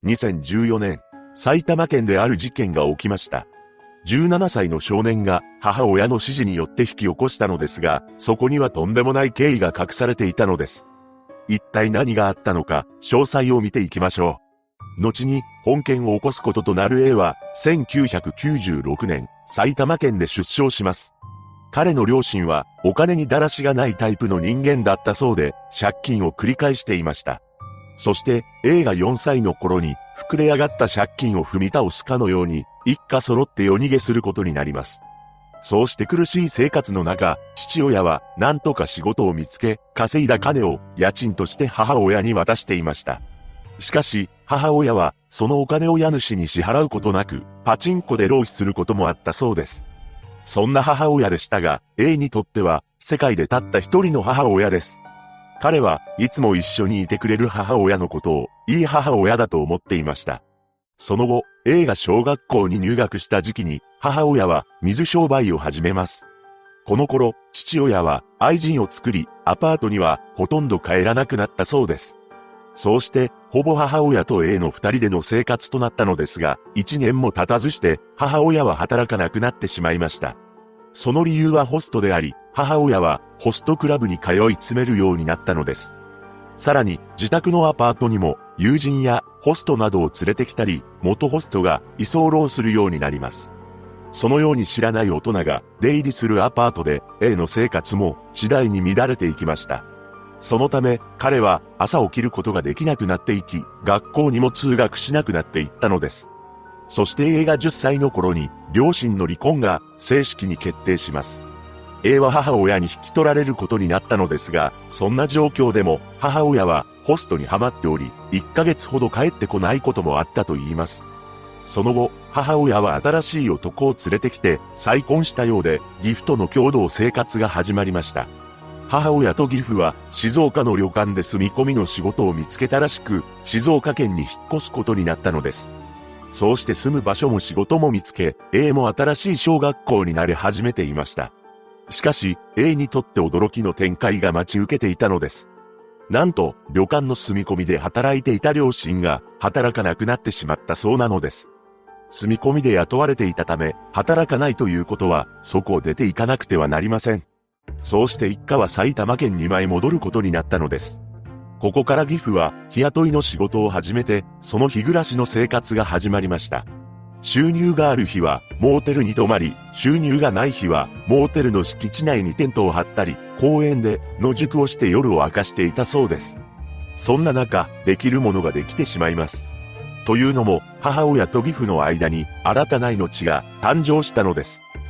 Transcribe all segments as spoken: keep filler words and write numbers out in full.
にせんじゅうよねん、埼玉県である事件が起きました。じゅうななさいの少年が母親の指示によって引き起こしたのですが、そこにはとんでもない経緯が隠されていたのです。一体何があったのか、詳細を見ていきましょう。後に本件を起こすこととなる A は、せんきゅうひゃくきゅうじゅうろくねん、埼玉県で出生します。彼の両親は、お金にだらしがないタイプの人間だったそうで、借金を繰り返していました。そして、A がよんさいの頃に、膨れ上がった借金を踏み倒すかのように、一家揃って夜逃げすることになります。そうして苦しい生活の中、父親は何とか仕事を見つけ、稼いだ金を家賃として母親に渡していました。しかし、母親はそのお金を家主に支払うことなく、パチンコで浪費することもあったそうです。そんな母親でしたが、A にとっては世界でたった一人の母親です。彼はいつも一緒にいてくれる母親のことをいい母親だと思っていました。その後、A が小学校に入学した時期に母親は水商売を始めます。この頃、父親は愛人を作り、アパートにはほとんど帰らなくなったそうです。そうして、ほぼ母親と A の二人での生活となったのですが、一年も経たずして母親は働かなくなってしまいました。その理由はホストであり、母親はホストクラブに通い詰めるようになったのです。さらに、自宅のアパートにも友人やホストなどを連れてきたり、元ホストが居候するようになります。そのように知らない大人が出入りするアパートで A の生活も次第に乱れていきました。そのため彼は朝起きることができなくなっていき、学校にも通学しなくなっていったのです。そして A がじゅっさいの頃に両親の離婚が正式に決定します。A は母親に引き取られることになったのですが、そんな状況でも母親はホストにハマっており、いっかげつほど帰ってこないこともあったと言います。その後、母親は新しい男を連れてきて再婚したようで、義父との共同生活が始まりました。母親と義父は静岡の旅館で住み込みの仕事を見つけたらしく、静岡県に引っ越すことになったのです。そうして住む場所も仕事も見つけ、A も新しい小学校に慣れ始めていました。しかし、A にとって驚きの展開が待ち受けていたのです。なんと、旅館の住み込みで働いていた両親が働かなくなってしまったそうなのです。住み込みで雇われていたため、働かないということは、そこを出ていかなくてはなりません。そうして一家は埼玉県に舞い戻ることになったのです。ここから義父は日雇いの仕事を始めて、その日暮らしの生活が始まりました。収入がある日はモーテルに泊まり、収入がない日はモーテルの敷地内にテントを張ったり、公園で野宿をして夜を明かしていたそうです。そんな中、できるものができてしまいます。というのも、母親と義父の間に新たな命が誕生したのです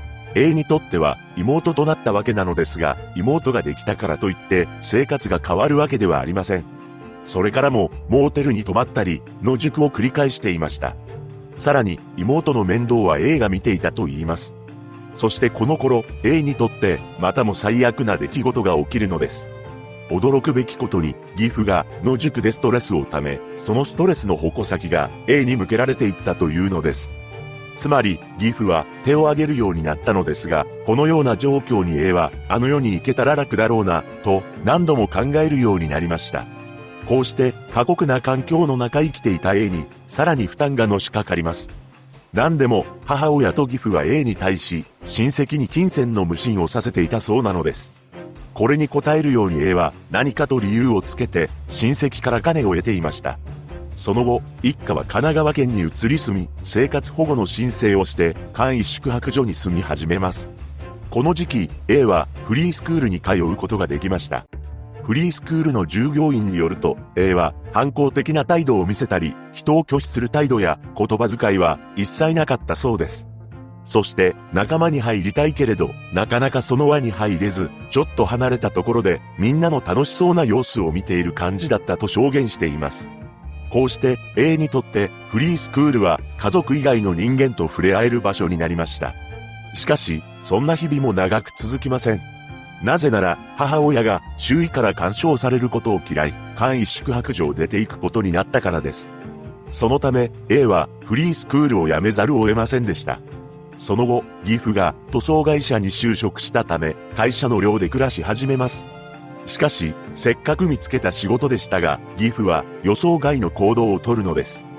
。A にとっては妹となったわけなのですが、妹ができたからといって生活が変わるわけではありません。それからもモーテルに泊まったり、野宿を繰り返していました。さらに妹の面倒は A が見ていたと言います。そしてこの頃 A にとってまたも最悪な出来事が起きるのです。驚くべきことに義父が野宿でストレスをため、そのストレスの矛先が A に向けられていったというのです。つまり義父は手を挙げるようになったのですが、このような状況に A はあの世に行けたら楽だろうなと何度も考えるようになりました。こうして過酷な環境の中生きていた A にさらに負担がのしかかります。何でも母親と義父は A に対し親戚に金銭の無心をさせていたそうなのです。これに応えるように A は何かと理由をつけて親戚から金を得ていました。その後、一家は神奈川県に移り住み、生活保護の申請をして簡易宿泊所に住み始めます。この時期、A はフリースクールに通うことができました。フリースクールの従業員によると、A は反抗的な態度を見せたり、人を拒否する態度や言葉遣いは一切なかったそうです。そして仲間に入りたいけれど、なかなかその輪に入れず、ちょっと離れたところでみんなの楽しそうな様子を見ている感じだったと証言しています。こうして A にとってフリースクールは家族以外の人間と触れ合える場所になりました。しかし、そんな日々も長く続きません。なぜなら母親が周囲から干渉されることを嫌い、簡易宿泊所を出ていくことになったからです。そのため A はフリースクールを辞めざるを得ませんでした。その後、義父が塗装会社に就職したため、会社の寮で暮らし始めます。しかし、せっかく見つけた仕事でしたが、義父は予想外の行動をとるのです。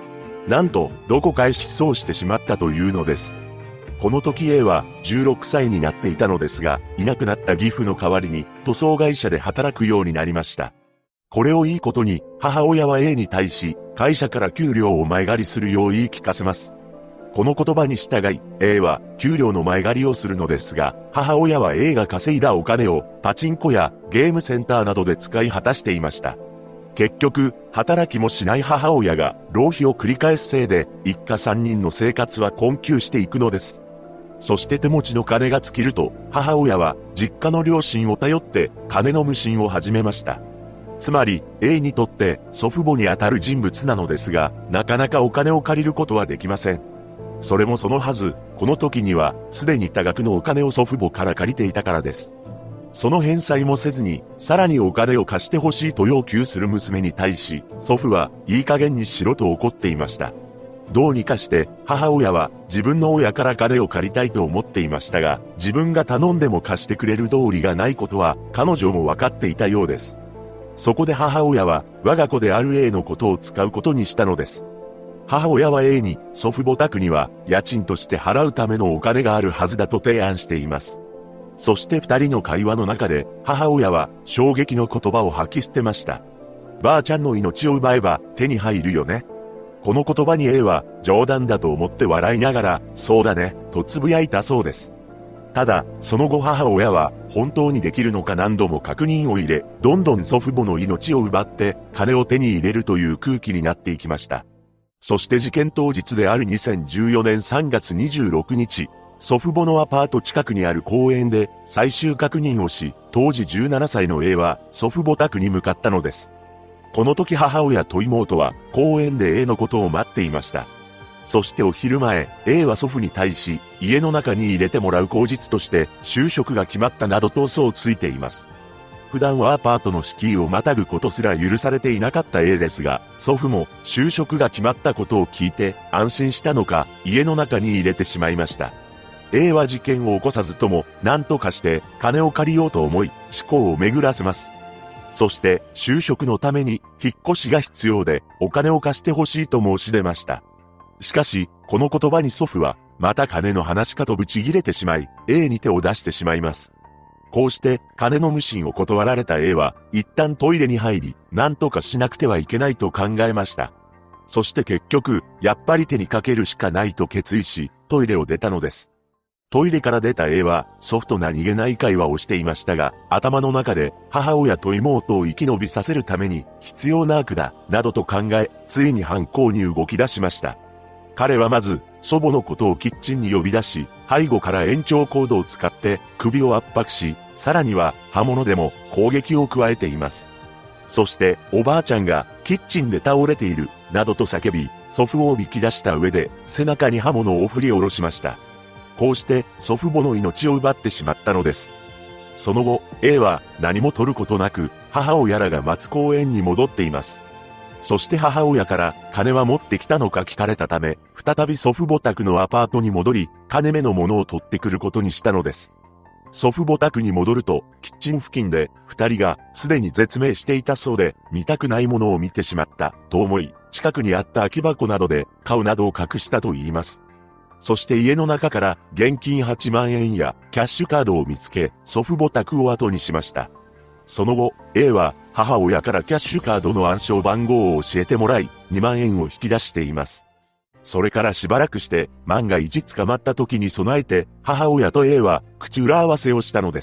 なんとどこかへ失踪してしまったというのです。この時 A はじゅうろくさいになっていたのですが、いなくなった義父の代わりに塗装会社で働くようになりました。これをいいことに母親は A に対し会社から給料を前借りするよう言い聞かせます。この言葉に従い A は給料の前借りをするのですが、母親は A が稼いだお金をパチンコやゲームセンターなどで使い果たしていました。結局、働きもしない母親が浪費を繰り返すせいで一家三人の生活は困窮していくのです。そして手持ちの金が尽きると、母親は実家の両親を頼って金の無心を始めました。つまり A にとって祖父母にあたる人物なのですが、なかなかお金を借りることはできません。それもそのはず、この時にはすでに多額のお金を祖父母から借りていたからです。その返済もせずに、さらにお金を貸してほしいと要求する娘に対し、祖父はいい加減にしろと怒っていました。どうにかして母親は自分の親から金を借りたいと思っていましたが、自分が頼んでも貸してくれる道理がないことは彼女も分かっていたようです。そこで母親は我が子である A のことを使うことにしたのです。母親は A に祖父母宅には家賃として払うためのお金があるはずだと提案しています。そして二人の会話の中で母親は衝撃の言葉を吐き捨てました。ばあちゃんの命を奪えば手に入るよね。この言葉に A は冗談だと思って笑いながら、そうだね、とつぶやいたそうです。ただ、その後母親は本当にできるのか何度も確認を入れ、どんどん祖父母の命を奪って金を手に入れるという空気になっていきました。そして事件当日であるにせんじゅうよねんさんがつにじゅうろくにち、祖父母のアパート近くにある公園で最終確認をし、当時じゅうななさいの A は祖父母宅に向かったのです。この時母親と妹は公園で A のことを待っていました。そしてお昼前、A は祖父に対し、家の中に入れてもらう口実として就職が決まったなどと嘘をついています。普段はアパートの敷居をまたぐことすら許されていなかった A ですが、祖父も就職が決まったことを聞いて安心したのか、家の中に入れてしまいました。A は事件を起こさずとも何とかして金を借りようと思い、思考を巡らせます。そして就職のために引っ越しが必要でお金を貸してほしいと申し出ました。しかし、この言葉に祖父はまた金の話かとブチギレてしまい、A に手を出してしまいます。こうして金の無心を断られた A は一旦トイレに入り、何とかしなくてはいけないと考えました。そして結局、やっぱり手にかけるしかないと決意し、トイレを出たのです。トイレから出た A はソフトな逃げない会話をしていましたが、頭の中で母親と妹を生き延びさせるために必要な悪だ、などと考え、ついに犯行に動き出しました。彼はまず、祖母のことをキッチンに呼び出し、背後から延長コードを使って首を圧迫し、さらには刃物でも攻撃を加えています。そして、おばあちゃんがキッチンで倒れている、などと叫び、祖父をおびき出した上で背中に刃物を振り下ろしました。こうして祖父母の命を奪ってしまったのです。その後、A は何も取ることなく母親らが待つ公園に戻っています。そして母親から金は持ってきたのか聞かれたため、再び祖父母宅のアパートに戻り、金目のものを取ってくることにしたのです。祖父母宅に戻ると、キッチン付近で二人がすでに絶命していたそうで、見たくないものを見てしまったと思い、近くにあった空き箱などで顔などを隠したと言います。そして家の中から現金はちまんえんやキャッシュカードを見つけ、祖父母宅を後にしました。その後、A は母親からキャッシュカードの暗証番号を教えてもらい、にまんえんを引き出しています。それからしばらくして、万が一捕まった時に備えて、母親と A は口裏合わせをしたのです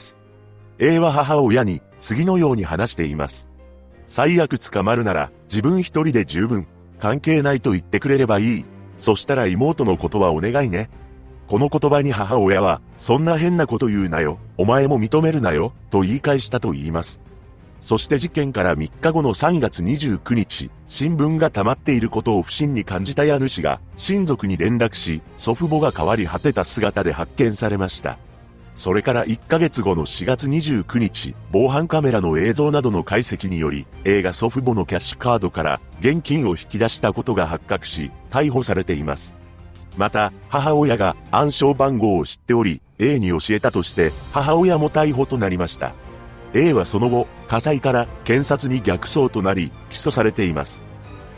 。A は母親に次のように話しています。最悪捕まるなら自分一人で十分、関係ないと言ってくれればいい。そしたら妹のことはお願いね。この言葉に母親は、そんな変なこと言うなよ、お前も認めるなよ、と言い返したと言います。そして事件からみっかごのさんがつにじゅうくにち、新聞が溜まっていることを不審に感じた家主が、親族に連絡し、祖父母が変わり果てた姿で発見されました。それからいっかげつごのしがつにじゅうくにち、防犯カメラの映像などの解析により、A が祖父母のキャッシュカードから現金を引き出したことが発覚し、逮捕されています。また、母親が暗証番号を知っており、A に教えたとして、母親も逮捕となりました。A はその後、家裁から検察に逆送となり、起訴されています。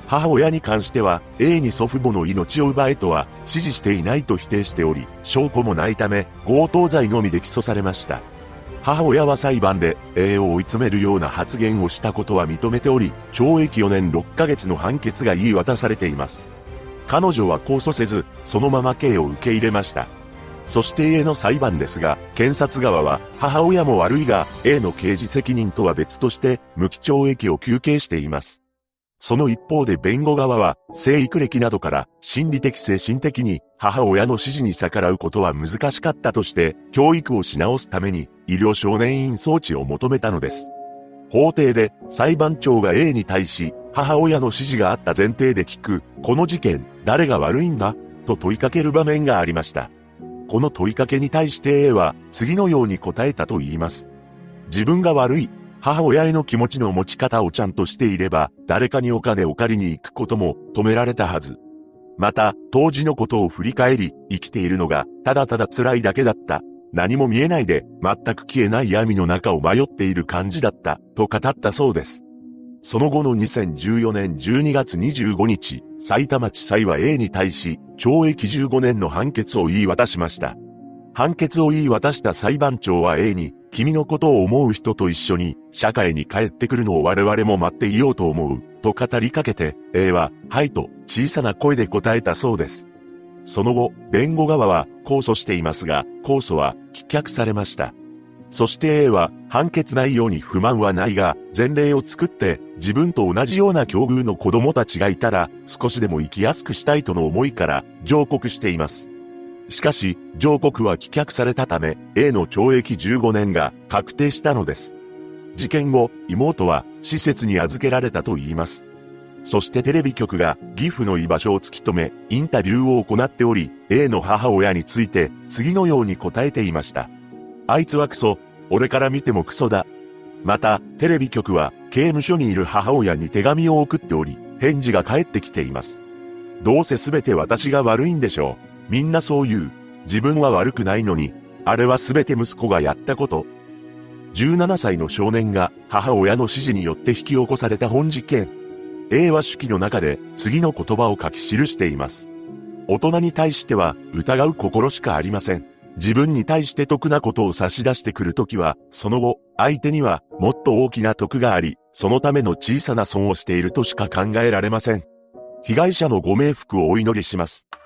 母親に関しては A に祖父母の命を奪えとは指示していないと否定しており、証拠もないため強盗罪のみで起訴されました。母親は裁判で A を追い詰めるような発言をしたことは認めており、懲役よねんろっかげつの判決が言い渡されています。彼女は控訴せず、そのまま刑を受け入れました。そして A の裁判ですが、検察側は母親も悪いが A の刑事責任とは別として無期懲役を求刑しています。その一方で弁護側は生育歴などから心理的精神的に母親の指示に逆らうことは難しかったとして教育をし直すために医療少年院送致を求めたのです。法廷で裁判長が A に対し母親の指示があった前提で聞く、この事件誰が悪いんだと問いかける場面がありました。この問いかけに対して A は次のように答えたと言います。自分が悪い。母親への気持ちの持ち方をちゃんとしていれば、誰かにお金を借りに行くことも止められたはず。また、当時のことを振り返り、生きているのが、ただただ辛いだけだった。何も見えないで、全く消えない闇の中を迷っている感じだった、と語ったそうです。その後のにせんじゅうよねんじゅうにがつにじゅうごにち、さいたま地裁は A に対し、懲役じゅうごねんの判決を言い渡しました。判決を言い渡した裁判長は A に、君のことを思う人と一緒に社会に帰ってくるのを我々も待っていようと思う、と語りかけて A は、はいと小さな声で答えたそうです。その後、弁護側は控訴していますが、控訴は棄却されました。そして A は判決内容に不満はないが、前例を作って自分と同じような境遇の子供たちがいたら少しでも生きやすくしたいとの思いから上告しています。しかし、上告は棄却されたため、A の懲役じゅうごねんが確定したのです。事件後、妹は施設に預けられたと言います。そしてテレビ局が義父の居場所を突き止め、インタビューを行っており、A の母親について次のように答えていました。あいつはクソ、俺から見てもクソだ。また、テレビ局は刑務所にいる母親に手紙を送っており、返事が返ってきています。どうせすべて私が悪いんでしょう。みんなそう言う。自分は悪くないのに、あれはすべて息子がやったこと。じゅうななさいの少年が母親の指示によって引き起こされた本事件。A は手記の中で次の言葉を書き記しています。大人に対しては疑う心しかありません。自分に対して得なことを差し出してくるときは、その後、相手にはもっと大きな得があり、そのための小さな損をしているとしか考えられません。被害者のご冥福をお祈りします。